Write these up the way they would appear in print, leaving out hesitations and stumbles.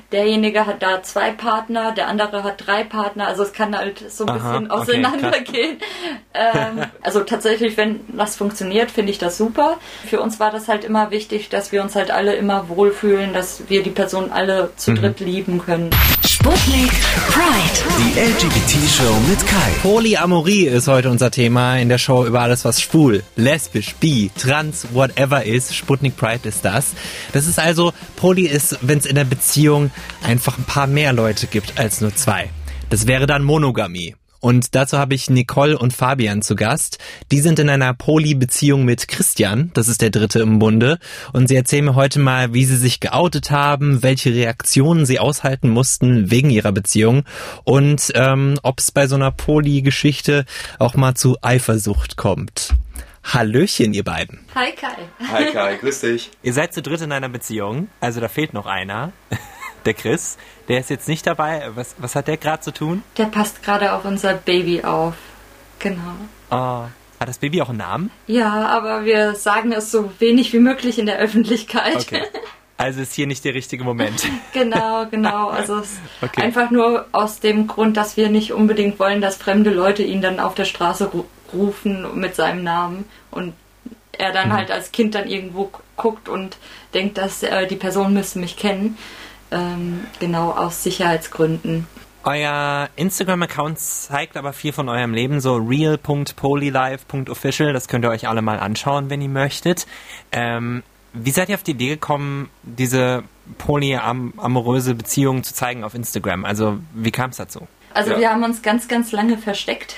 derjenige hat da 2 Partner, der andere hat 3 Partner, also es kann halt so ein bisschen auseinandergehen. Also tatsächlich, wenn das funktioniert, finde ich das super. Für uns war das halt immer wichtig, dass wir uns halt alle immer wohlfühlen, dass wir die Person alle zu dritt lieben können. Sputnik Pride. Die LGBT-Show mit Kai. Polyamorie ist heute unser Thema in der Show über alles, was schwul, lesbisch, bi, trans, whatever ist. Sputnik Pride ist das. Das ist also, Poly ist, wenn es in der Beziehung einfach ein paar mehr Leute gibt als nur 2. Das wäre dann Monogamie. Und dazu habe ich Nicole und Fabian zu Gast. Die sind in einer Poly-Beziehung mit Christian, das ist der dritte im Bunde. Und sie erzählen mir heute mal, wie sie sich geoutet haben, welche Reaktionen sie aushalten mussten wegen ihrer Beziehung und ob es bei so einer Poly-Geschichte auch mal zu Eifersucht kommt. Hallöchen, ihr beiden. Hi Kai. Hi Kai, grüß dich. Ihr seid zu dritt in einer Beziehung, also da fehlt noch einer. Der Chris, der ist jetzt nicht dabei. Was hat der gerade zu tun? Der passt gerade auf unser Baby auf. Genau. Oh, hat das Baby auch einen Namen? Ja, aber wir sagen es so wenig wie möglich in der Öffentlichkeit. Okay. Also ist hier nicht der richtige Moment. Genau. Also es ist einfach nur aus dem Grund, dass wir nicht unbedingt wollen, dass fremde Leute ihn dann auf der Straße rufen mit seinem Namen und er dann halt als Kind dann irgendwo guckt und denkt, dass die Person müsste mich kennen. Genau, aus Sicherheitsgründen. Euer Instagram-Account zeigt aber viel von eurem Leben, so real.polylife.official, das könnt ihr euch alle mal anschauen, wenn ihr möchtet. Wie seid ihr auf die Idee gekommen, diese polyamoröse Beziehung zu zeigen auf Instagram? Also, wie kam es dazu? Also, wir haben uns ganz, ganz lange versteckt,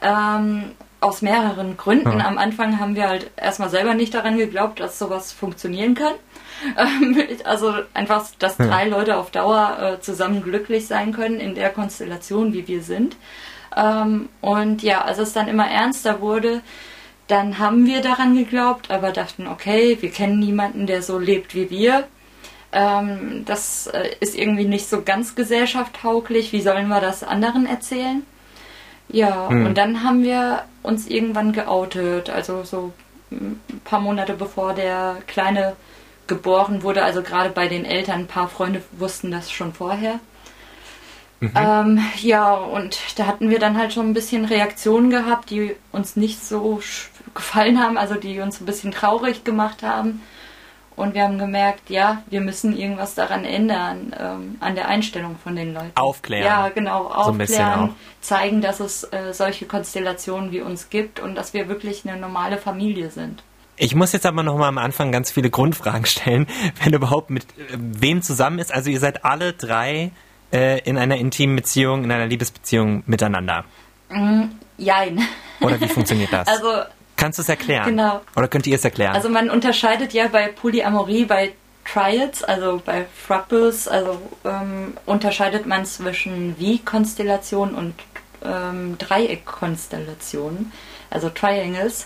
aus mehreren Gründen. Am Anfang haben wir halt erstmal selber nicht daran geglaubt, dass sowas funktionieren kann. Also einfach, dass 3 Leute auf Dauer zusammen glücklich sein können in der Konstellation, wie wir sind. Und ja, als es dann immer ernster wurde, dann haben wir daran geglaubt, aber dachten, okay, wir kennen niemanden, der so lebt wie wir. Das ist irgendwie nicht so ganz gesellschaftstauglich. Wie sollen wir das anderen erzählen? Ja, und dann haben wir uns irgendwann geoutet, also so ein paar Monate bevor der Kleine geboren wurde, also gerade bei den Eltern, ein paar Freunde wussten das schon vorher. Ja, und da hatten wir dann halt schon ein bisschen Reaktionen gehabt, die uns nicht so gefallen haben, also die uns ein bisschen traurig gemacht haben. Und wir haben gemerkt, ja, wir müssen irgendwas daran ändern, an der Einstellung von den Leuten. Aufklären. Ja, genau, aufklären, so zeigen, dass es solche Konstellationen wie uns gibt und dass wir wirklich eine normale Familie sind. Ich muss jetzt aber noch mal am Anfang ganz viele Grundfragen stellen, wenn überhaupt mit wem zusammen ist. Also ihr seid alle 3 in einer intimen Beziehung, in einer Liebesbeziehung miteinander. Jein. Oder wie funktioniert das? Also, kannst du es erklären? Genau. Oder könnt ihr es erklären? Also man unterscheidet ja bei Polyamorie, bei Triads, also bei Thruples, also unterscheidet man zwischen V-Konstellationen und Dreieckkonstellationen, also Triangles.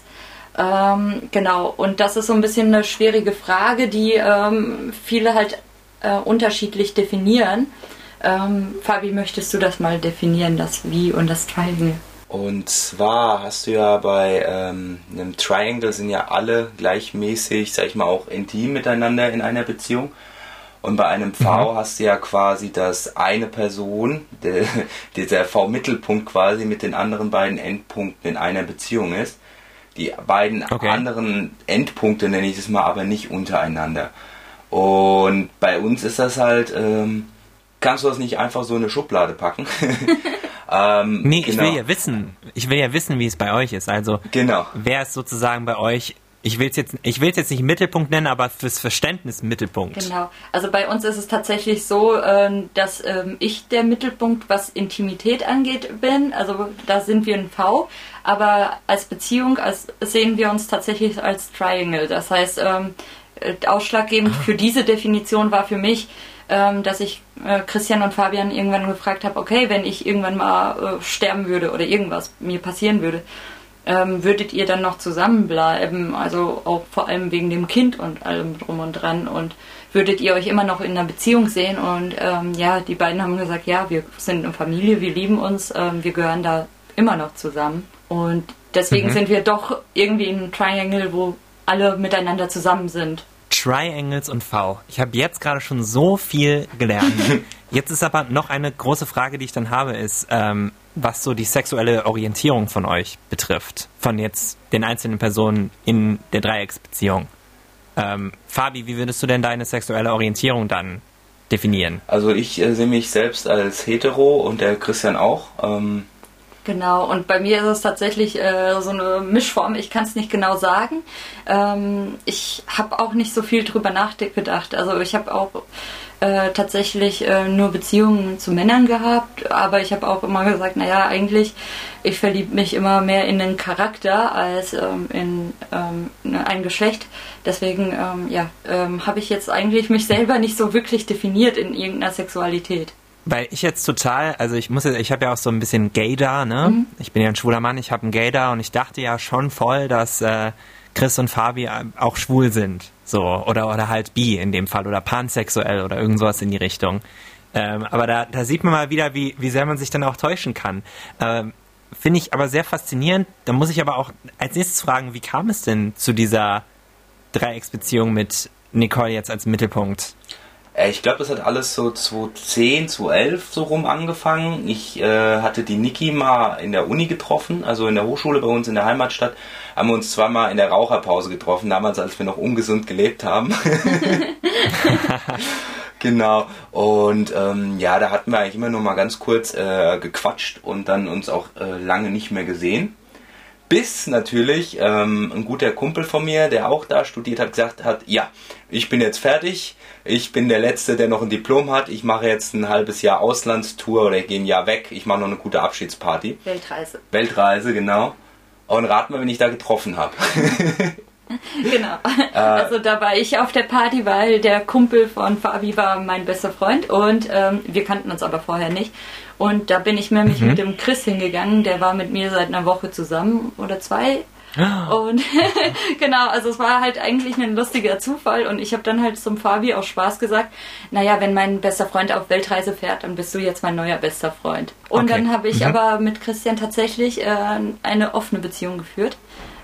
Genau, und das ist so ein bisschen eine schwierige Frage, die viele halt unterschiedlich definieren. Fabi, möchtest du das mal definieren, das V und das Triangle? Und zwar hast du ja bei einem Triangle sind ja alle gleichmäßig, sag ich mal, auch intim miteinander in einer Beziehung. Und bei einem V hast du ja quasi, dass eine Person, dieser V-Mittelpunkt quasi mit den anderen beiden Endpunkten in einer Beziehung ist. Die beiden anderen Endpunkte, nenne ich es mal, aber nicht untereinander. Und bei uns ist das halt, kannst du das nicht einfach so in eine Schublade packen? Nee, genau. Ich will ja wissen, wie es bei euch ist. Also, wer ist sozusagen bei euch, ich will es jetzt nicht Mittelpunkt nennen, aber fürs Verständnis Mittelpunkt. Genau. Also bei uns ist es tatsächlich so, dass ich der Mittelpunkt, was Intimität angeht, bin. Also da sind wir ein V. Aber als Beziehung sehen wir uns tatsächlich als Triangle. Das heißt, ausschlaggebend für diese Definition war für mich, dass ich Christian und Fabian irgendwann gefragt habe, okay, wenn ich irgendwann mal sterben würde oder irgendwas mir passieren würde, würdet ihr dann noch zusammenbleiben? Also auch vor allem wegen dem Kind und allem drum und dran. Und würdet ihr euch immer noch in einer Beziehung sehen? Und ja, die beiden haben gesagt, ja, wir sind eine Familie, wir lieben uns, wir gehören da immer noch zusammen. Und deswegen sind wir doch irgendwie in einem Triangle, wo alle miteinander zusammen sind. Triangles und V. Ich habe jetzt gerade schon so viel gelernt. Jetzt ist aber noch eine große Frage, die ich dann habe, ist, was so die sexuelle Orientierung von euch betrifft, von jetzt den einzelnen Personen in der Dreiecksbeziehung. Fabi, wie würdest du denn deine sexuelle Orientierung dann definieren? Also ich sehe mich selbst als hetero und der Christian auch. Genau, und bei mir ist es tatsächlich so eine Mischform, ich kann es nicht genau sagen. Ich habe auch nicht so viel drüber nachgedacht. Also ich habe auch tatsächlich nur Beziehungen zu Männern gehabt, aber ich habe auch immer gesagt, naja, eigentlich, ich verliebe mich immer mehr in den Charakter als in ein Geschlecht. Deswegen habe ich jetzt eigentlich mich selber nicht so wirklich definiert in irgendeiner Sexualität. Weil ich jetzt total, also ich habe ja auch so ein bisschen Gaydar, ne? Mhm. Ich bin ja ein schwuler Mann, ich habe einen Gaydar und ich dachte ja schon voll, dass Chris und Fabi auch schwul sind. So, oder halt bi in dem Fall oder pansexuell oder irgend sowas in die Richtung. Aber da sieht man mal wieder, wie sehr man sich dann auch täuschen kann. Finde ich aber sehr faszinierend. Da muss ich aber auch als nächstes fragen, wie kam es denn zu dieser Dreiecksbeziehung mit Nicole jetzt als Mittelpunkt? Ich glaube, das hat alles so 2010, 2011 so rum angefangen. Ich hatte die Niki mal in der Uni getroffen, also in der Hochschule bei uns in der Heimatstadt. Haben wir uns zweimal in der Raucherpause getroffen, damals, als wir noch ungesund gelebt haben. Genau. Und da hatten wir eigentlich immer nur mal ganz kurz gequatscht und dann uns auch lange nicht mehr gesehen. Bis natürlich ein guter Kumpel von mir, der auch da studiert hat, gesagt hat, ja, ich bin jetzt fertig, ich bin der Letzte, der noch ein Diplom hat, ich mache jetzt ein halbes Jahr Auslandstour oder ich gehe ein Jahr weg, ich mache noch eine gute Abschiedsparty. Weltreise, genau. Und rat mal, wen ich da getroffen habe. Genau. Also da war ich auf der Party, weil der Kumpel von Fabi war mein bester Freund und wir kannten uns aber vorher nicht. Und da bin ich nämlich mit dem Chris hingegangen, der war mit mir seit einer Woche zusammen oder 2. Und genau, also es war halt eigentlich ein lustiger Zufall und ich habe dann halt zum Fabi aus Spaß gesagt, naja, wenn mein bester Freund auf Weltreise fährt, dann bist du jetzt mein neuer bester Freund. Und dann habe ich aber mit Christian tatsächlich eine offene Beziehung geführt.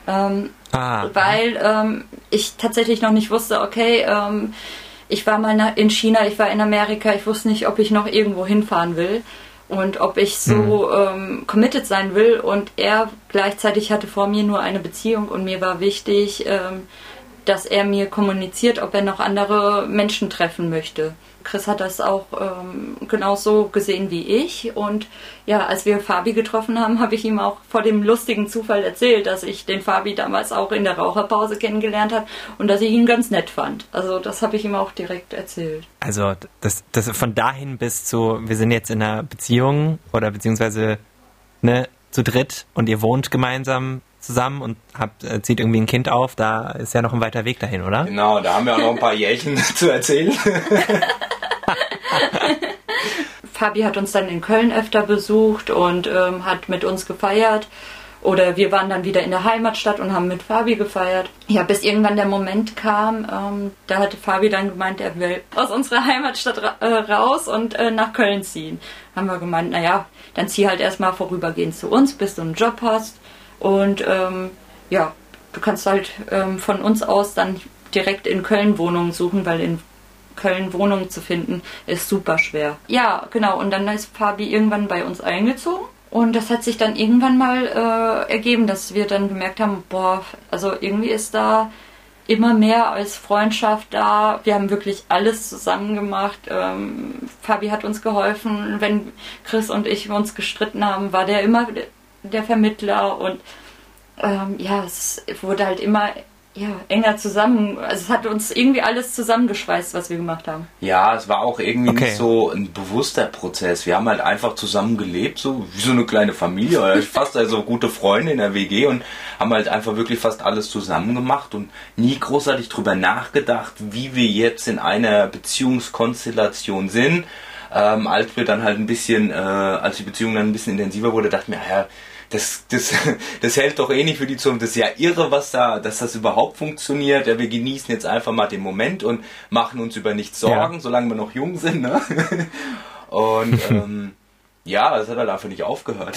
Weil ich tatsächlich noch nicht wusste, okay, ich war mal in China, ich war in Amerika, ich wusste nicht, ob ich noch irgendwo hinfahren will und ob ich so committed sein will, und er gleichzeitig hatte vor mir nur eine Beziehung und mir war wichtig, dass er mir kommuniziert, ob er noch andere Menschen treffen möchte. Chris hat das auch genauso gesehen wie ich, und ja, als wir Fabi getroffen haben, habe ich ihm auch vor dem lustigen Zufall erzählt, dass ich den Fabi damals auch in der Raucherpause kennengelernt habe und dass ich ihn ganz nett fand. Also das habe ich ihm auch direkt erzählt. Also das von dahin bis zu, wir sind jetzt in einer Beziehung oder beziehungsweise zu dritt und ihr wohnt gemeinsam zusammen und zieht irgendwie ein Kind auf, da ist ja noch ein weiter Weg dahin, oder? Genau, da haben wir auch noch ein paar Jährchen zu erzählen. Fabi hat uns dann in Köln öfter besucht und hat mit uns gefeiert. Oder wir waren dann wieder in der Heimatstadt und haben mit Fabi gefeiert. Ja, bis irgendwann der Moment kam, da hatte Fabi dann gemeint, er will aus unserer Heimatstadt raus und nach Köln ziehen. Haben wir gemeint, naja, dann zieh halt erstmal vorübergehend zu uns, bis du einen Job hast. Und du kannst halt von uns aus dann direkt in Köln Wohnungen suchen, weil in Köln Wohnungen zu finden ist super schwer. Ja, genau. Und dann ist Fabi irgendwann bei uns eingezogen. Und das hat sich dann irgendwann mal ergeben, dass wir dann gemerkt haben, also irgendwie ist da immer mehr als Freundschaft da. Wir haben wirklich alles zusammen gemacht. Fabi hat uns geholfen. Wenn Chris und ich uns gestritten haben, war der immer der Vermittler, und es wurde halt immer enger zusammen, also es hat uns irgendwie alles zusammengeschweißt, was wir gemacht haben. Ja, es war auch irgendwie nicht so ein bewusster Prozess. Wir haben halt einfach zusammen gelebt, so wie so eine kleine Familie, oder fast also gute Freunde in der WG, und haben halt einfach wirklich fast alles zusammen gemacht und nie großartig drüber nachgedacht, wie wir jetzt in einer Beziehungskonstellation sind. Als wir dann halt ein bisschen, als die Beziehung dann ein bisschen intensiver wurde, dachten wir, das hält doch eh nicht für die Zukunft. Das ist ja irre, dass das überhaupt funktioniert. Ja, wir genießen jetzt einfach mal den Moment und machen uns über nichts Sorgen, solange wir noch jung sind. Ne? Und das hat halt einfach nicht aufgehört.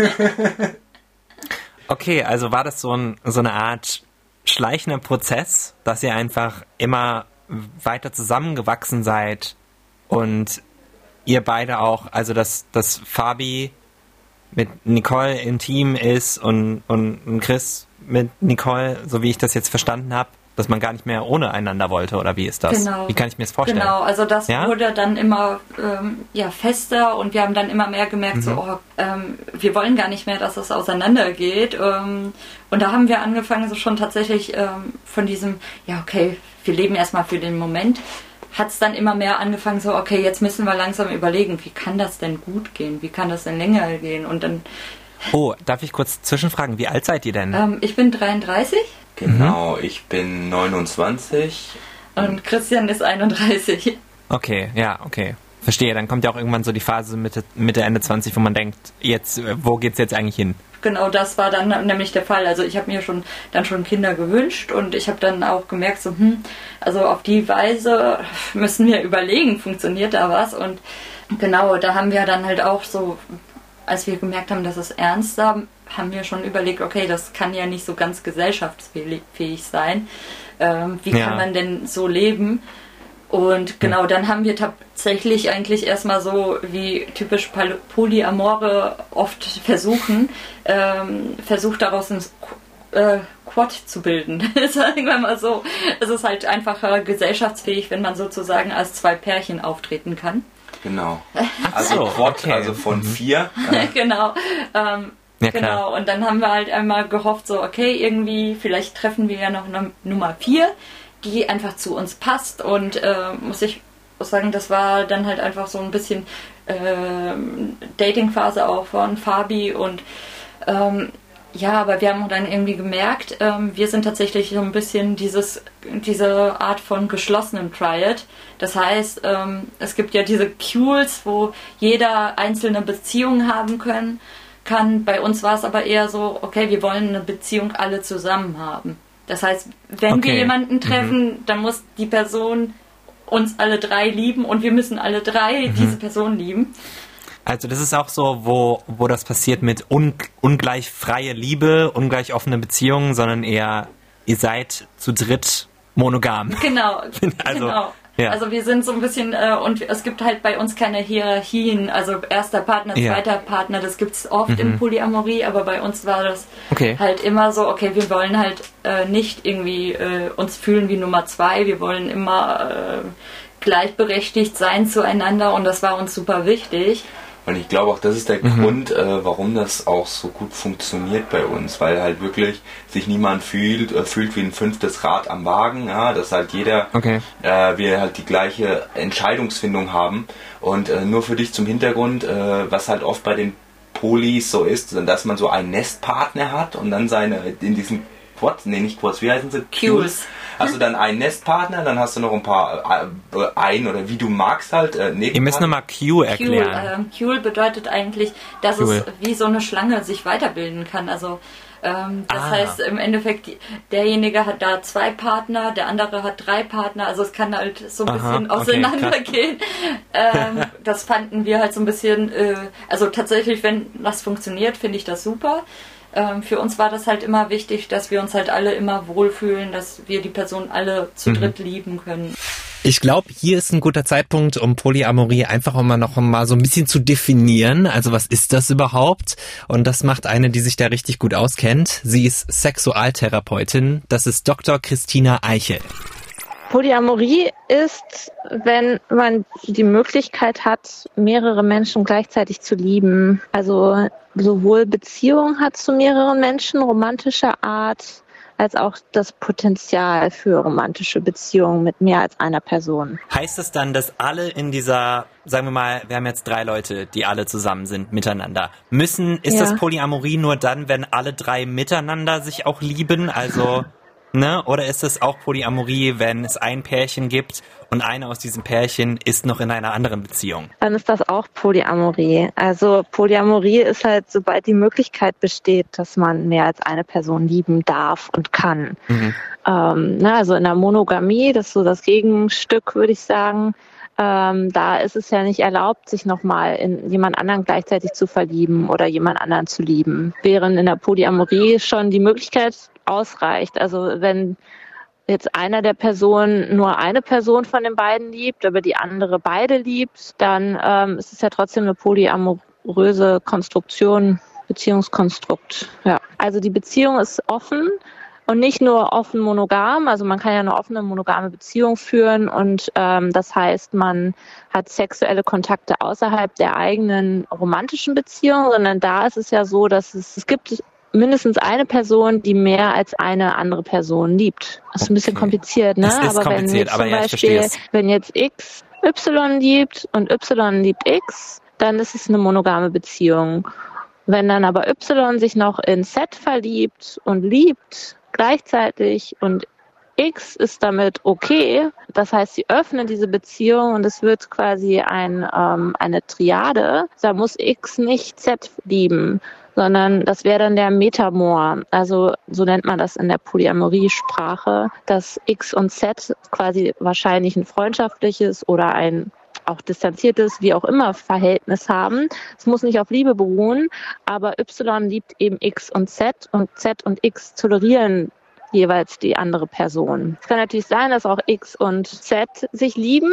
Okay, also war das so eine Art schleichender Prozess, dass ihr einfach immer weiter zusammengewachsen seid und ihr beide auch, also dass Fabi mit Nicole intim ist und Chris mit Nicole, so wie ich das jetzt verstanden habe, dass man gar nicht mehr ohne einander wollte, oder wie ist das? Genau. Wie kann ich mir das vorstellen? Genau, also das Ja? wurde dann immer fester und wir haben dann immer mehr gemerkt, wir wollen gar nicht mehr, dass es auseinandergeht. Und da haben wir angefangen, so schon tatsächlich von diesem, wir leben erstmal für den Moment, hat es dann immer mehr angefangen, so, okay, jetzt müssen wir langsam überlegen, wie kann das denn gut gehen? Wie kann das denn länger gehen? Und dann... Oh, darf ich kurz zwischenfragen, wie alt seid ihr denn? Ich bin 33. Genau, ich bin 29. Und Christian ist 31. Okay, ja, okay. Verstehe, dann kommt ja auch irgendwann so die Phase Mitte, Ende 20, wo man denkt, jetzt, wo geht's jetzt eigentlich hin? Genau, das war dann nämlich der Fall. Also ich habe mir schon Kinder gewünscht und ich habe dann auch gemerkt, so, also auf die Weise müssen wir überlegen, funktioniert da was? Und genau, da haben wir dann halt auch so, als wir gemerkt haben, dass es ernst war, haben wir schon überlegt, okay, das kann ja nicht so ganz gesellschaftsfähig sein. Wie kann man denn so leben? Und genau, dann haben wir tatsächlich eigentlich erstmal so, wie typisch Polyamore oft versucht daraus ein Quad zu bilden. Sagen wir mal so. Es ist halt einfach gesellschaftsfähig, wenn man sozusagen als zwei Pärchen auftreten kann. Genau. Ach Also so, Quad, okay. also von 4. Genau. Ja, klar. Genau, und dann haben wir halt einmal gehofft, so, okay, irgendwie, vielleicht treffen wir ja noch eine Nummer 4, die einfach zu uns passt. Und muss ich sagen, das war dann halt einfach so ein bisschen Dating-Phase auch von Fabi. Und aber wir haben dann irgendwie gemerkt, wir sind tatsächlich so ein bisschen diese Art von geschlossenem Triad. Das heißt, es gibt ja diese Cues, wo jeder einzelne Beziehungen haben kann. Bei uns war es aber eher so, okay, wir wollen eine Beziehung alle zusammen haben. Das heißt, wenn wir jemanden treffen, dann muss die Person uns alle drei lieben und wir müssen alle drei diese Person lieben. Also das ist auch so, wo das passiert mit ungleich freie Liebe, ungleich offene Beziehungen, sondern eher, ihr seid zu dritt monogam. Genau, Also, genau. ja. Also wir sind so ein bisschen, und es gibt halt bei uns keine Hierarchien, also erster Partner, zweiter Partner, das gibt's oft in Polyamorie, aber bei uns war das halt immer so, okay, wir wollen halt nicht irgendwie uns fühlen wie Nummer 2, wir wollen immer gleichberechtigt sein zueinander und das war uns super wichtig. Und ich glaube auch, das ist der Grund, warum das auch so gut funktioniert bei uns, weil halt wirklich sich niemand fühlt wie ein 5. Rad am Wagen, ja, dass halt jeder, wir halt die gleiche Entscheidungsfindung haben. Und nur für dich zum Hintergrund, was halt oft bei den Polis so ist, dass man so einen Nestpartner hat und dann in diesen Quads, nicht Quads, wie heißen sie? Cues. Hast du dann einen Nestpartner, dann hast du noch ein paar, oder wie du magst halt, Ihr müsst nochmal Q erklären. Q bedeutet eigentlich, dass es wie so eine Schlange sich weiterbilden kann. Also das heißt im Endeffekt, derjenige hat da 2 Partner, der andere hat 3 Partner, also es kann halt so ein bisschen auseinandergehen. Das fanden wir halt so ein bisschen, also tatsächlich, wenn das funktioniert, finde ich das super. Für uns war das halt immer wichtig, dass wir uns halt alle immer wohlfühlen, dass wir die Person alle zu dritt lieben können. Ich glaube, hier ist ein guter Zeitpunkt, um Polyamorie einfach noch mal so ein bisschen zu definieren. Also was ist das überhaupt? Und das macht eine, die sich da richtig gut auskennt. Sie ist Sexualtherapeutin. Das ist Dr. Christina Eichel. Polyamorie ist, wenn man die Möglichkeit hat, mehrere Menschen gleichzeitig zu lieben. Also sowohl Beziehung hat zu mehreren Menschen romantischer Art, als auch das Potenzial für romantische Beziehungen mit mehr als einer Person. Heißt es dann, dass alle in dieser, sagen wir mal, wir haben jetzt 3 Leute, die alle zusammen sind miteinander. Ist das Polyamorie nur dann, wenn alle 3 miteinander sich auch lieben? Also... Ne? Oder ist es auch Polyamorie, wenn es ein Pärchen gibt und einer aus diesem Pärchen ist noch in einer anderen Beziehung? Dann ist das auch Polyamorie. Also Polyamorie ist halt, sobald die Möglichkeit besteht, dass man mehr als eine Person lieben darf und kann. Also in der Monogamie, das ist so das Gegenstück, würde ich sagen. Da ist es ja nicht erlaubt, sich nochmal in jemand anderen gleichzeitig zu verlieben oder jemand anderen zu lieben. Während in der Polyamorie schon die Möglichkeit ausreicht. Also wenn jetzt einer der Personen nur eine Person von den beiden liebt, aber die andere beide liebt, dann ist es ja trotzdem eine polyamoröse Konstruktion, Beziehungskonstrukt. Ja. Also die Beziehung ist offen und nicht nur offen monogam, also man kann ja eine offene monogame Beziehung führen und das heißt, man hat sexuelle Kontakte außerhalb der eigenen romantischen Beziehung, sondern da ist es ja so, dass es gibt mindestens eine Person, die mehr als eine andere Person liebt. Das ist ein bisschen kompliziert, ne? Es ist kompliziert, aber ja, ich verstehe es. Wenn jetzt X Y liebt und Y liebt X, dann ist es eine monogame Beziehung. Wenn dann aber Y sich noch in Z verliebt und liebt gleichzeitig und X ist damit okay, das heißt, sie öffnen diese Beziehung und es wird quasi eine Triade, da muss X nicht Z lieben, sondern das wäre dann der Metamor. Also so nennt man das in der Polyamorie-Sprache, dass X und Z quasi wahrscheinlich ein freundschaftliches oder ein auch distanziertes, wie auch immer, Verhältnis haben. Es muss nicht auf Liebe beruhen, aber Y liebt eben X und Z und X tolerieren jeweils die andere Person. Es kann natürlich sein, dass auch X und Z sich lieben.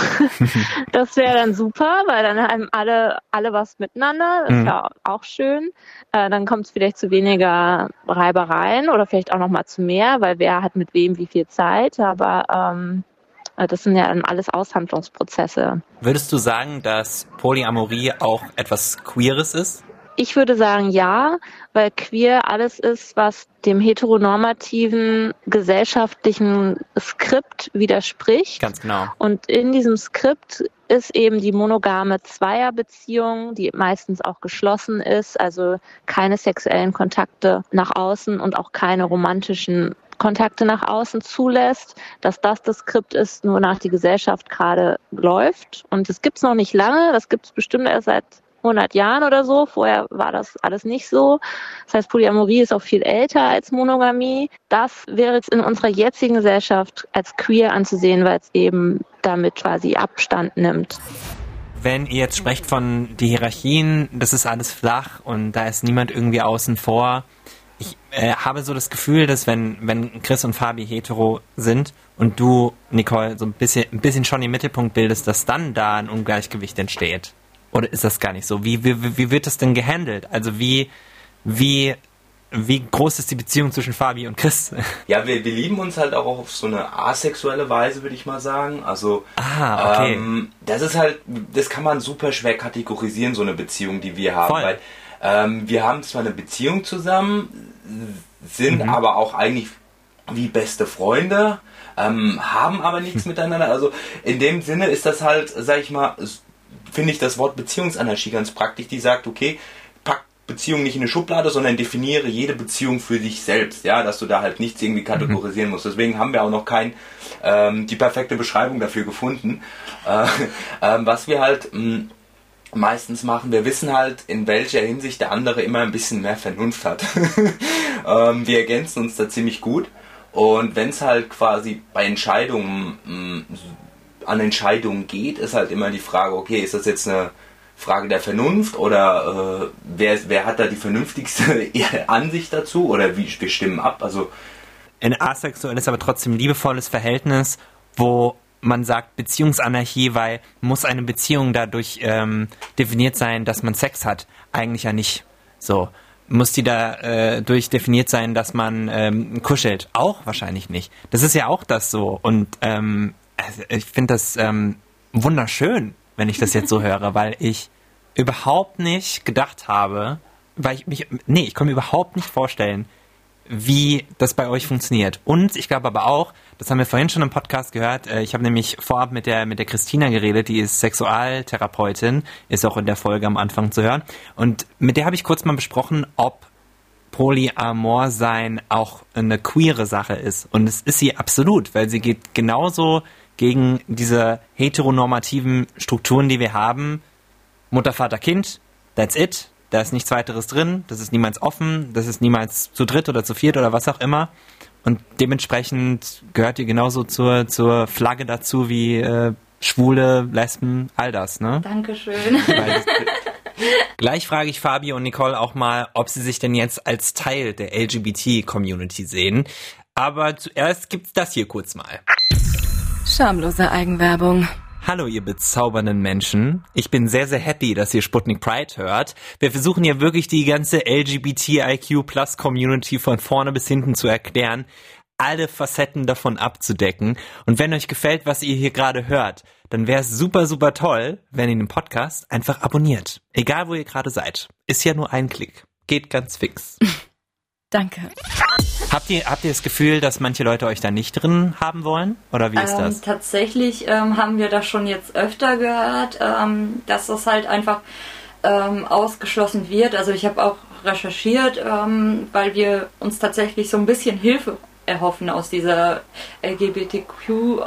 Das wäre dann super, weil dann haben alle was miteinander. Das ist ja auch schön. Dann kommt es vielleicht zu weniger Reibereien oder vielleicht auch noch mal zu mehr, weil wer hat mit wem wie viel Zeit. Aber das sind ja dann alles Aushandlungsprozesse. Würdest du sagen, dass Polyamorie auch etwas Queeres ist? Ich würde sagen ja, weil queer alles ist, was dem heteronormativen gesellschaftlichen Skript widerspricht. Ganz genau. Und in diesem Skript ist eben die monogame Zweierbeziehung, die meistens auch geschlossen ist, also keine sexuellen Kontakte nach außen und auch keine romantischen Kontakte nach außen zulässt, dass das Skript ist, nur nach die Gesellschaft gerade läuft. Und das gibt's noch nicht lange, das gibt's bestimmt erst seit 100 Jahren oder so. Vorher war das alles nicht so. Das heißt, Polyamorie ist auch viel älter als Monogamie. Das wäre jetzt in unserer jetzigen Gesellschaft als queer anzusehen, weil es eben damit quasi Abstand nimmt. Wenn ihr jetzt sprecht von die Hierarchien, das ist alles flach und da ist niemand irgendwie außen vor. Ich habe so das Gefühl, dass wenn Chris und Fabi hetero sind und du, Nicole, so ein bisschen schon den Mittelpunkt bildest, dass dann da ein Ungleichgewicht entsteht. Oder ist das gar nicht so? Wie wird das denn gehandelt? Also wie groß ist die Beziehung zwischen Fabi und Chris? Ja, wir lieben uns halt auch auf so eine asexuelle Weise, würde ich mal sagen. Also, okay. Das ist halt, das kann man super schwer kategorisieren, so eine Beziehung, die wir haben. Voll. Weil wir haben zwar eine Beziehung zusammen, sind aber auch eigentlich wie beste Freunde, haben aber nichts miteinander. Also in dem Sinne ist das halt, sag ich mal, finde ich das Wort Beziehungsanarchie ganz praktisch, die sagt, okay, pack Beziehung nicht in eine Schublade, sondern definiere jede Beziehung für dich selbst, ja, dass du da halt nichts irgendwie kategorisieren musst. Deswegen haben wir auch noch die perfekte Beschreibung dafür gefunden. Was wir halt meistens machen, wir wissen halt, in welcher Hinsicht der andere immer ein bisschen mehr Vernunft hat. Wir ergänzen uns da ziemlich gut. Und wenn es halt quasi bei Entscheidungen an Entscheidungen geht, ist halt immer die Frage, okay, ist das jetzt eine Frage der Vernunft oder wer hat da die vernünftigste Ansicht dazu oder wir stimmen ab? Also ein asexuelles, aber trotzdem liebevolles Verhältnis, wo man sagt Beziehungsanarchie, weil muss eine Beziehung dadurch definiert sein, dass man Sex hat? Eigentlich ja nicht. So. Muss die dadurch definiert sein, dass man kuschelt? Auch wahrscheinlich nicht. Das ist ja auch das so. Und ich finde das wunderschön, wenn ich das jetzt so höre, weil ich überhaupt nicht gedacht habe, ich kann mir überhaupt nicht vorstellen, wie das bei euch funktioniert. Und ich glaube aber auch, das haben wir vorhin schon im Podcast gehört, ich habe nämlich vorab mit der Christina geredet, die ist Sexualtherapeutin, ist auch in der Folge am Anfang zu hören. Und mit der habe ich kurz mal besprochen, ob Polyamor sein auch eine queere Sache ist. Und es ist sie absolut, weil sie geht genauso gegen diese heteronormativen Strukturen, die wir haben. Mutter, Vater, Kind, that's it. Da ist nichts weiteres drin, das ist niemals offen, das ist niemals zu dritt oder zu viert oder was auch immer. Und dementsprechend gehört ihr genauso zur Flagge dazu wie Schwule, Lesben, all das, ne? Dankeschön. Gleich frage ich Fabi und Nicole auch mal, ob sie sich denn jetzt als Teil der LGBT-Community sehen. Aber zuerst gibt's das hier kurz mal. Schamlose Eigenwerbung. Hallo ihr bezaubernden Menschen. Ich bin sehr, sehr happy, dass ihr Sputnik Pride hört. Wir versuchen hier wirklich die ganze LGBTIQ+-Community von vorne bis hinten zu erklären, alle Facetten davon abzudecken. Und wenn euch gefällt, was ihr hier gerade hört, dann wäre es super, super toll, wenn ihr den Podcast einfach abonniert. Egal, wo ihr gerade seid. Ist ja nur ein Klick. Geht ganz fix. Danke. Habt ihr das Gefühl, dass manche Leute euch da nicht drin haben wollen? Oder wie ist das? Tatsächlich haben wir das schon jetzt öfter gehört, dass das halt einfach ausgeschlossen wird. Also ich habe auch recherchiert, weil wir uns tatsächlich so ein bisschen Hilfe erhoffen aus dieser LGBTQ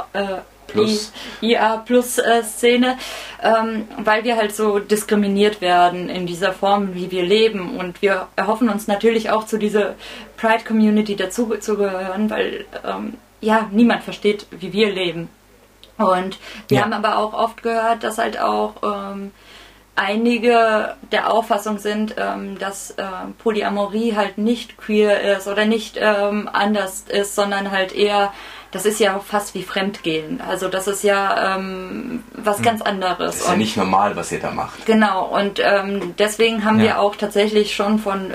IA+-Szene, weil wir halt so diskriminiert werden in dieser Form, wie wir leben. Und wir erhoffen uns natürlich auch zu dieser Pride-Community dazu zu gehören, weil niemand versteht, wie wir leben. Und wir haben aber auch oft gehört, dass halt auch einige der Auffassung sind, dass Polyamorie halt nicht queer ist oder nicht anders ist, sondern halt eher, das ist ja fast wie Fremdgehen. Also das ist ja was ganz anderes. Das ist ja nicht normal, was ihr da macht. Genau, und deswegen haben wir auch tatsächlich schon von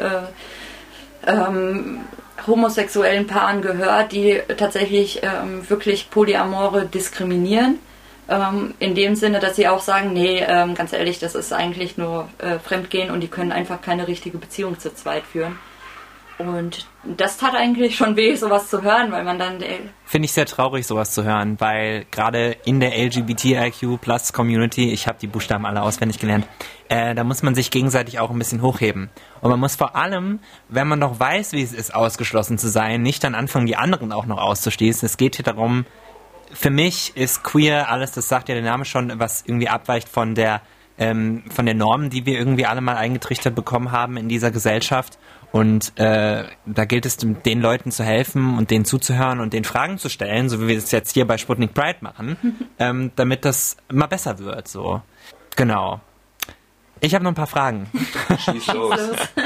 homosexuellen Paaren gehört, die tatsächlich wirklich Polyamore diskriminieren. In dem Sinne, dass sie auch sagen, nee, ganz ehrlich, das ist eigentlich nur Fremdgehen und die können einfach keine richtige Beziehung zu zweit führen. Und das tat eigentlich schon weh, sowas zu hören, weil man dann... Finde ich sehr traurig, sowas zu hören, weil gerade in der LGBTIQ+-Community, ich habe die Buchstaben alle auswendig gelernt, da muss man sich gegenseitig auch ein bisschen hochheben. Und man muss vor allem, wenn man noch weiß, wie es ist, ausgeschlossen zu sein, nicht dann anfangen, die anderen auch noch auszuschließen. Es geht hier darum, für mich ist queer alles, das sagt ja der Name schon, was irgendwie abweicht von der Norm, die wir irgendwie alle mal eingetrichtert bekommen haben in dieser Gesellschaft. Und da gilt es, den Leuten zu helfen und denen zuzuhören und denen Fragen zu stellen, so wie wir es jetzt hier bei Sputnik Pride machen, damit das mal besser wird. So. Genau. Ich habe noch ein paar Fragen. Schieß los.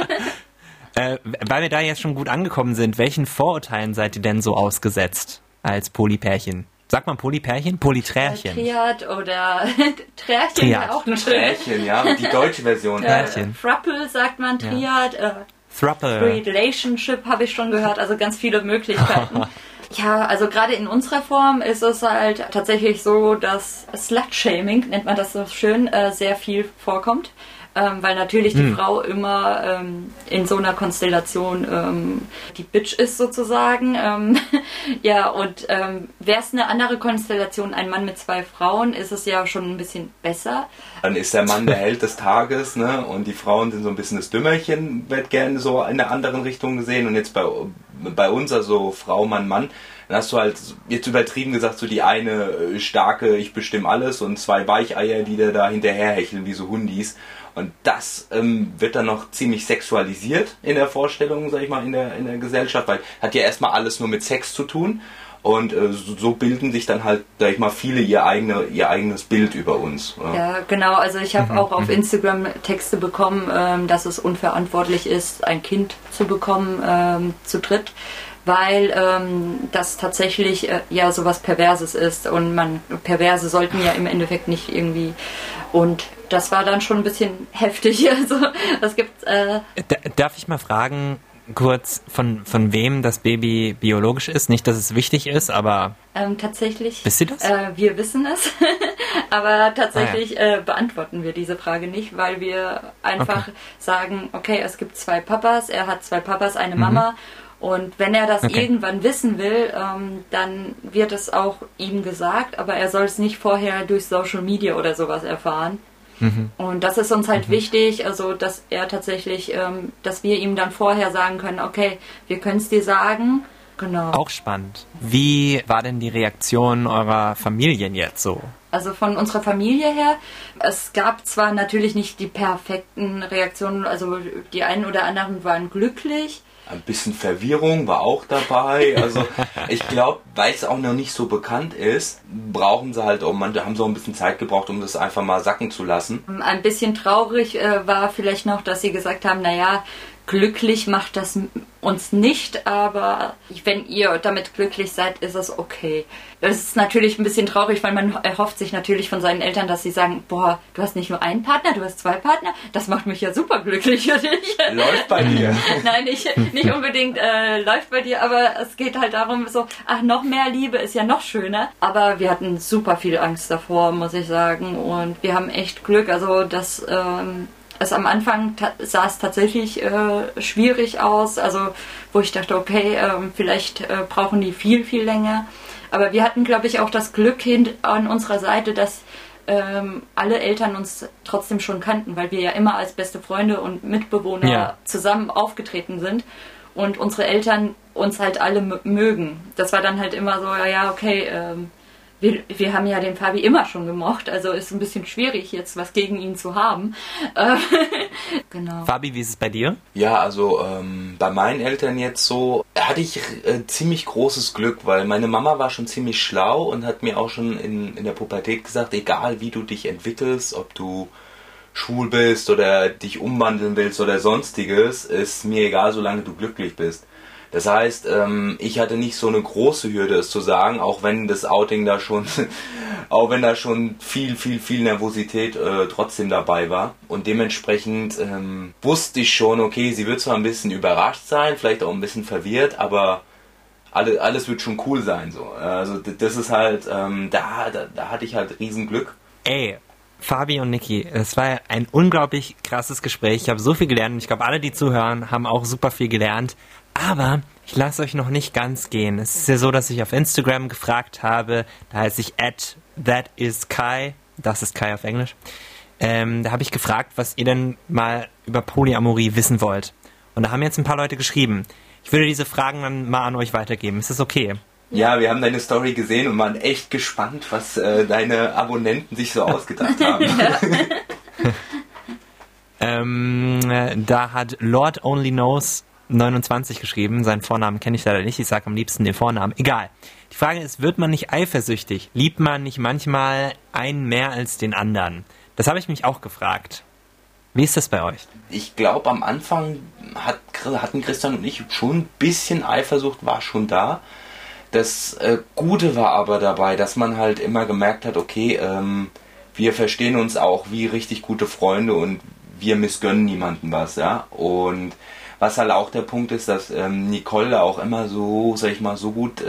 Weil wir da jetzt schon gut angekommen sind, welchen Vorurteilen seid ihr denn so ausgesetzt als Polypärchen? Sagt man Polypärchen? Polyträrchen? Triad oder Trärchen wäre auch ein Trärchen, ja, die deutsche Version. Trärchen. Thruple sagt man, Triad. Thruple. Relationship habe ich schon gehört, also ganz viele Möglichkeiten. Ja, also gerade in unserer Form ist es halt tatsächlich so, dass Slut-Shaming, nennt man das so schön, sehr viel vorkommt. Weil natürlich die Frau immer in so einer Konstellation die Bitch ist sozusagen. Ja, und wäre es eine andere Konstellation, ein Mann mit 2 Frauen, ist es ja schon ein bisschen besser. Dann ist der Mann der Held des Tages, ne? Und die Frauen sind so ein bisschen das Dümmerchen, wird gerne so in der anderen Richtung gesehen. Und jetzt bei uns, also Frau, Mann, Mann, dann hast du halt jetzt übertrieben gesagt, so die eine starke, ich bestimme alles und 2 Weicheier, die da hinterherhecheln wie so Hundis. Und das wird dann noch ziemlich sexualisiert in der Vorstellung, sag ich mal, in der Gesellschaft, weil hat ja erstmal alles nur mit Sex zu tun. Und so bilden sich dann halt, sag ich mal, viele ihr eigenes Bild über uns. Oder? Ja, genau. Also ich habe auch auf Instagram Texte bekommen, dass es unverantwortlich ist, ein Kind zu bekommen, zu dritt, weil das tatsächlich ja sowas Perverses ist und Perverse sollten ja im Endeffekt nicht irgendwie, und das war dann schon ein bisschen heftig. Also das gibt's. Darf ich mal fragen, kurz, von wem das Baby biologisch ist? Nicht, dass es wichtig ist, aber... tatsächlich... Wisst ihr das? Wir wissen es, aber tatsächlich beantworten wir diese Frage nicht, weil wir einfach sagen, okay, es gibt 2 Papas, er hat 2 Papas, eine Mama, und wenn er das irgendwann wissen will, dann wird es auch ihm gesagt, aber er soll es nicht vorher durch Social Media oder sowas erfahren. Und das ist uns halt wichtig, also dass er tatsächlich, dass wir ihm dann vorher sagen können, okay, wir können es dir sagen. Genau. Auch spannend. Wie war denn die Reaktion eurer Familien jetzt so? Also von unserer Familie her, es gab zwar natürlich nicht die perfekten Reaktionen, also die einen oder anderen waren glücklich. Ein bisschen Verwirrung war auch dabei. Also ich glaube, weil es auch noch nicht so bekannt ist, brauchen sie halt auch, haben so ein bisschen Zeit gebraucht, um das einfach mal sacken zu lassen. Ein bisschen traurig war vielleicht noch, dass sie gesagt haben, naja, glücklich macht das uns nicht, aber wenn ihr damit glücklich seid, ist es okay. Das ist natürlich ein bisschen traurig, weil man erhofft sich natürlich von seinen Eltern, dass sie sagen, boah, du hast nicht nur einen Partner, du hast 2 Partner, das macht mich ja super glücklich für dich. Läuft bei dir. Nein, nicht unbedingt läuft bei dir, aber es geht halt darum, so, ach, noch mehr Liebe ist ja noch schöner. Aber wir hatten super viel Angst davor, muss ich sagen, und wir haben echt Glück, also dass es am Anfang sah es tatsächlich schwierig aus, also wo ich dachte, okay, vielleicht brauchen die viel, viel länger. Aber wir hatten, glaube ich, auch das Glück an unserer Seite, dass alle Eltern uns trotzdem schon kannten, weil wir ja immer als beste Freunde und Mitbewohner zusammen aufgetreten sind und unsere Eltern uns halt alle mögen. Das war dann halt immer so, ja, okay, wir haben ja den Fabi immer schon gemocht, also ist ein bisschen schwierig, jetzt was gegen ihn zu haben. Genau. Fabi, wie ist es bei dir? Ja, also bei meinen Eltern jetzt so, hatte ich ziemlich großes Glück, weil meine Mama war schon ziemlich schlau und hat mir auch schon in der Pubertät gesagt, egal wie du dich entwickelst, ob du schwul bist oder dich umwandeln willst oder sonstiges, ist mir egal, solange du glücklich bist. Das heißt, ich hatte nicht so eine große Hürde, es zu sagen, auch wenn das Outing da schon, auch wenn da schon viel Nervosität trotzdem dabei war. Und dementsprechend wusste ich schon, okay, sie wird zwar ein bisschen überrascht sein, vielleicht auch ein bisschen verwirrt, aber alles wird schon cool sein. So. Also das ist halt, da hatte ich halt Riesenglück. Ey, Fabi und Niki, es war ein unglaublich krasses Gespräch. Ich habe so viel gelernt und ich glaube, alle, die zuhören, haben auch super viel gelernt. Aber ich lasse euch noch nicht ganz gehen. Es ist ja so, dass ich auf Instagram gefragt habe, da heißt ich @thatiskai, das ist Kai auf Englisch. Da habe ich gefragt, was ihr denn mal über Polyamorie wissen wollt. Und da haben jetzt ein paar Leute geschrieben. Ich würde diese Fragen dann mal an euch weitergeben. Ist das okay? Ja, wir haben deine Story gesehen und waren echt gespannt, was deine Abonnenten sich so ausgedacht haben. Da hat Lord Only Knows 29 geschrieben. Seinen Vornamen kenne ich leider nicht. Ich sage am liebsten den Vornamen. Egal. Die Frage ist, wird man nicht eifersüchtig? Liebt man nicht manchmal einen mehr als den anderen? Das habe ich mich auch gefragt. Wie ist das bei euch? Ich glaube, am Anfang hatten Christian und ich schon ein bisschen Eifersucht, war schon da. Das Gute war aber dabei, dass man halt immer gemerkt hat, okay, wir verstehen uns auch wie richtig gute Freunde und wir missgönnen niemandem was, ja. Und was halt auch der Punkt ist, dass Nicole da auch immer so, sag ich mal, so gut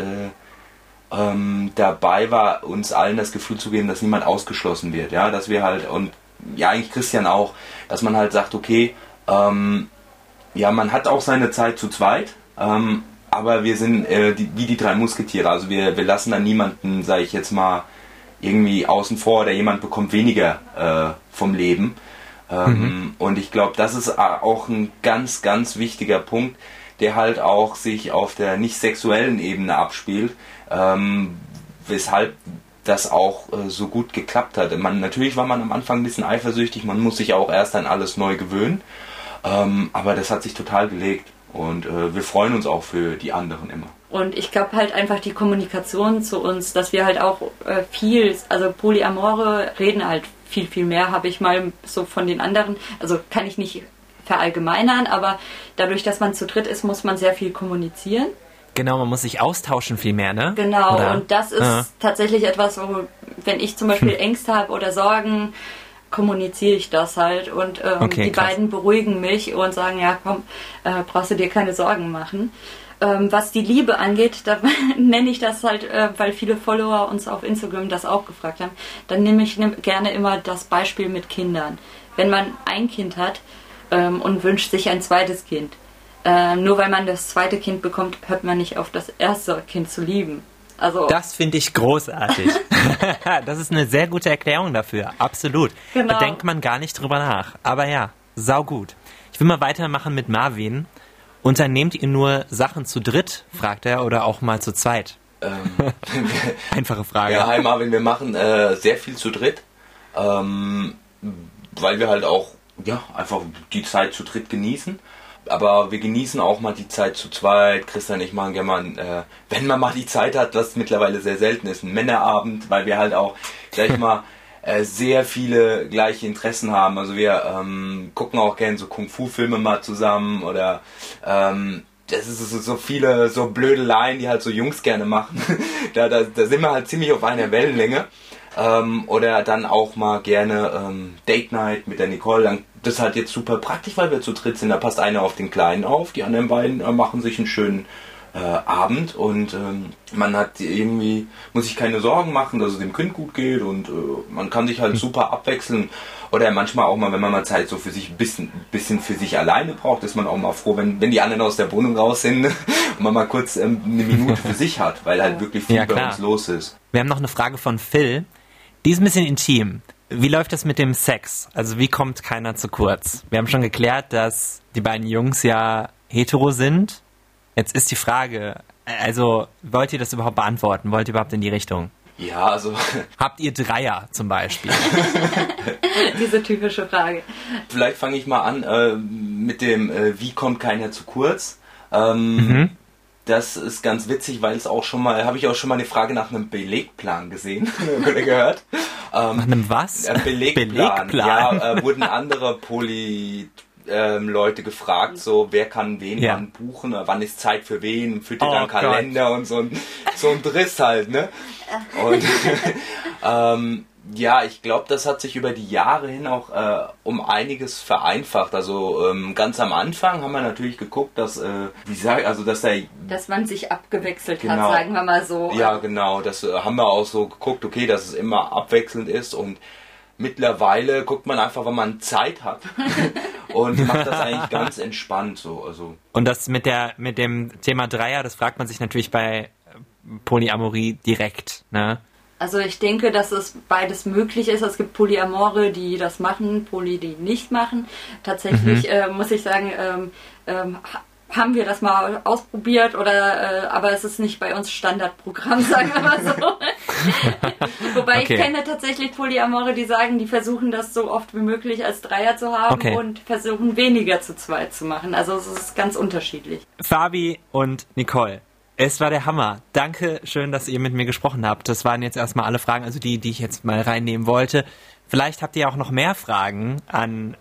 dabei war, uns allen das Gefühl zu geben, dass niemand ausgeschlossen wird, ja, dass wir halt, und ja, eigentlich Christian auch, dass man halt sagt, okay, ja, man hat auch seine Zeit zu zweit, aber wir sind wie die 3 Musketiere, also wir lassen dann niemanden, sag ich jetzt mal, irgendwie außen vor oder jemand bekommt weniger vom Leben. Und ich glaube, das ist auch ein ganz, ganz wichtiger Punkt, der halt auch sich auf der nicht sexuellen Ebene abspielt, weshalb das auch so gut geklappt hat. Natürlich war man am Anfang ein bisschen eifersüchtig, man muss sich auch erst an alles neu gewöhnen, aber das hat sich total gelegt und wir freuen uns auch für die anderen immer. Und ich glaube halt einfach die Kommunikation zu uns, dass wir halt auch also Polyamore reden halt viel mehr, habe ich mal so von den anderen, also kann ich nicht verallgemeinern, aber dadurch, dass man zu dritt ist, muss man sehr viel kommunizieren. Genau, man muss sich austauschen viel mehr, ne? Genau, oder? Und das ist tatsächlich etwas, wo, wenn ich zum Beispiel Ängste habe oder Sorgen, kommuniziere ich das halt und die beiden beruhigen mich und sagen, ja komm, brauchst du dir keine Sorgen machen. Was die Liebe angeht, da nenne ich das halt, weil viele Follower uns auf Instagram das auch gefragt haben, dann nehme ich gerne immer das Beispiel mit Kindern. Wenn man ein Kind hat und wünscht sich ein zweites Kind, nur weil man das zweite Kind bekommt, hört man nicht auf, das erste Kind zu lieben. Also das finde ich großartig. Das ist eine sehr gute Erklärung dafür, absolut. Genau. Da denkt man gar nicht drüber nach. Aber ja, saugut. Ich will mal weitermachen mit Marvin. Unternehmt ihr nur Sachen zu dritt, fragt er, oder auch mal zu zweit? Einfache Frage. Ja, hi Marvin, wir machen sehr viel zu dritt, weil wir halt auch einfach die Zeit zu dritt genießen. Aber wir genießen auch mal die Zeit zu zweit. Christian und ich machen gerne mal, wenn man mal die Zeit hat, was mittlerweile sehr selten ist, einen Männerabend, weil wir halt auch, sag ich mal, sehr viele gleiche Interessen haben. Also wir gucken auch gerne so Kung-Fu-Filme mal zusammen oder das ist so viele so Blödeleien, die halt so Jungs gerne machen. da sind wir halt ziemlich auf einer Wellenlänge. Oder dann auch mal gerne Date Night mit der Nicole. Das ist halt jetzt super praktisch, weil wir zu dritt sind. Da passt einer auf den Kleinen auf, die anderen beiden machen sich einen schönen Abend und man hat irgendwie, muss sich keine Sorgen machen, dass es dem Kind gut geht und man kann sich halt super abwechseln. Oder manchmal auch mal, wenn man mal Zeit so für sich ein bisschen für sich alleine braucht, ist man auch mal froh, wenn die anderen aus der Wohnung raus sind und man mal kurz eine Minute für sich hat, weil halt wirklich viel bei uns los ist. Wir haben noch eine Frage von Phil. Die ist ein bisschen intim. Wie läuft das mit dem Sex? Also wie kommt keiner zu kurz? Wir haben schon geklärt, dass die beiden Jungs ja hetero sind. Jetzt ist die Frage, also wollt ihr das überhaupt beantworten? Wollt ihr überhaupt in die Richtung? Ja, also... Habt ihr Dreier zum Beispiel? Diese typische Frage. Vielleicht fange ich mal an mit dem wie kommt keiner zu kurz? Das ist ganz witzig, weil es auch schon mal, habe ich auch schon mal eine Frage nach einem Belegplan gesehen, oder gehört. Nach einem was? Belegplan. Ja, wurden andere Leute gefragt, so wer kann wen wann buchen, wann ist Zeit für wen, führt ihr dann Kalender und so ein Driss halt, ne? Und ja, ich glaube, das hat sich über die Jahre hin auch um einiges vereinfacht. Also ganz am Anfang haben wir natürlich geguckt, dass dass man sich abgewechselt hat, sagen wir mal so. Ja, genau. Das haben wir auch so geguckt, okay, dass es immer abwechselnd ist und mittlerweile guckt man einfach, wann man Zeit hat und macht das eigentlich ganz entspannt so. Also. Und das mit dem Thema Dreier, das fragt man sich natürlich bei Polyamorie direkt, ne? Also ich denke, dass es beides möglich ist. Es gibt Polyamore, die das machen, Poly, die nicht machen. Tatsächlich muss ich sagen, haben wir das mal ausprobiert, aber es ist nicht bei uns Standardprogramm, sagen wir mal so. Wobei ich kenne tatsächlich Polyamore, die sagen, die versuchen das so oft wie möglich als Dreier zu haben und versuchen weniger zu zweit zu machen. Also es ist ganz unterschiedlich. Fabi und Nicole. Es war der Hammer. Danke schön, dass ihr mit mir gesprochen habt. Das waren jetzt erstmal alle Fragen, also die ich jetzt mal reinnehmen wollte. Vielleicht habt ihr auch noch mehr Fragen an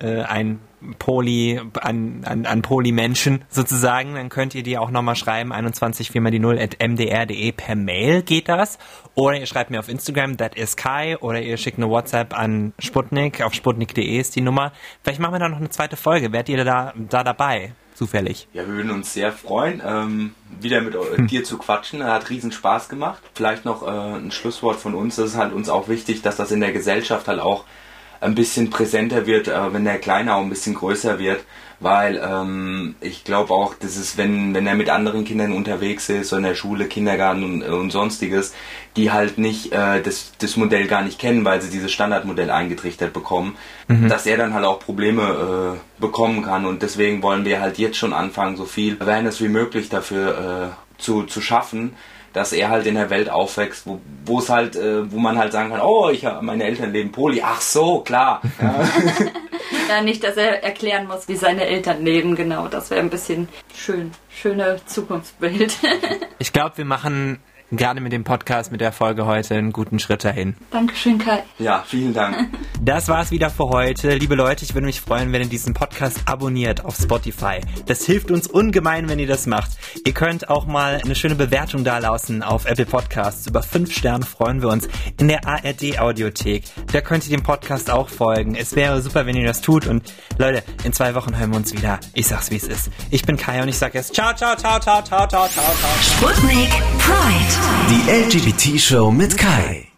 Poly-Menschen sozusagen. Dann könnt ihr die auch nochmal schreiben, 214x0@mdr.de per Mail geht das. Oder ihr schreibt mir auf Instagram, that is Kai, oder ihr schickt eine WhatsApp an Sputnik, auf sputnik.de ist die Nummer. Vielleicht machen wir da noch eine zweite Folge. Werdet ihr da dabei? Zufällig. Ja, wir würden uns sehr freuen, wieder mit dir zu quatschen. Hat riesen Spaß gemacht. Vielleicht noch ein Schlusswort von uns. Das ist halt uns auch wichtig, dass das in der Gesellschaft halt auch ein bisschen präsenter wird, wenn der Kleine auch ein bisschen größer wird. Weil ich glaube auch, das ist, wenn er mit anderen Kindern unterwegs ist, so in der Schule, Kindergarten und sonstiges, die halt nicht das Modell gar nicht kennen, weil sie dieses Standardmodell eingetrichtert bekommen, dass er dann halt auch Probleme bekommen kann. Und deswegen wollen wir halt jetzt schon anfangen, so viel Awareness wie möglich dafür zu schaffen, dass er halt in der Welt aufwächst, wo es halt, wo man halt sagen kann, oh, meine Eltern leben Poly, ach so, klar. Ja. Ja, nicht, dass er erklären muss, wie seine Eltern leben, genau, das wäre ein bisschen schöne Zukunftsbild. Ich glaube, wir machen gerade mit dem Podcast, mit der Folge heute einen guten Schritt dahin. Dankeschön, Kai. Ja, vielen Dank. Das war's wieder für heute. Liebe Leute, ich würde mich freuen, wenn ihr diesen Podcast abonniert auf Spotify. Das hilft uns ungemein, wenn ihr das macht. Ihr könnt auch mal eine schöne Bewertung dalassen auf Apple Podcasts. Über 5 Sterne freuen wir uns. In der ARD Audiothek. Da könnt ihr dem Podcast auch folgen. Es wäre super, wenn ihr das tut. Und Leute, in 2 Wochen hören wir uns wieder. Ich sag's, wie es ist. Ich bin Kai und ich sag jetzt ciao, ciao, ciao, ciao, ciao, ciao, ciao, ciao. Sputnik Pride. Die LGBT-Show mit Kai.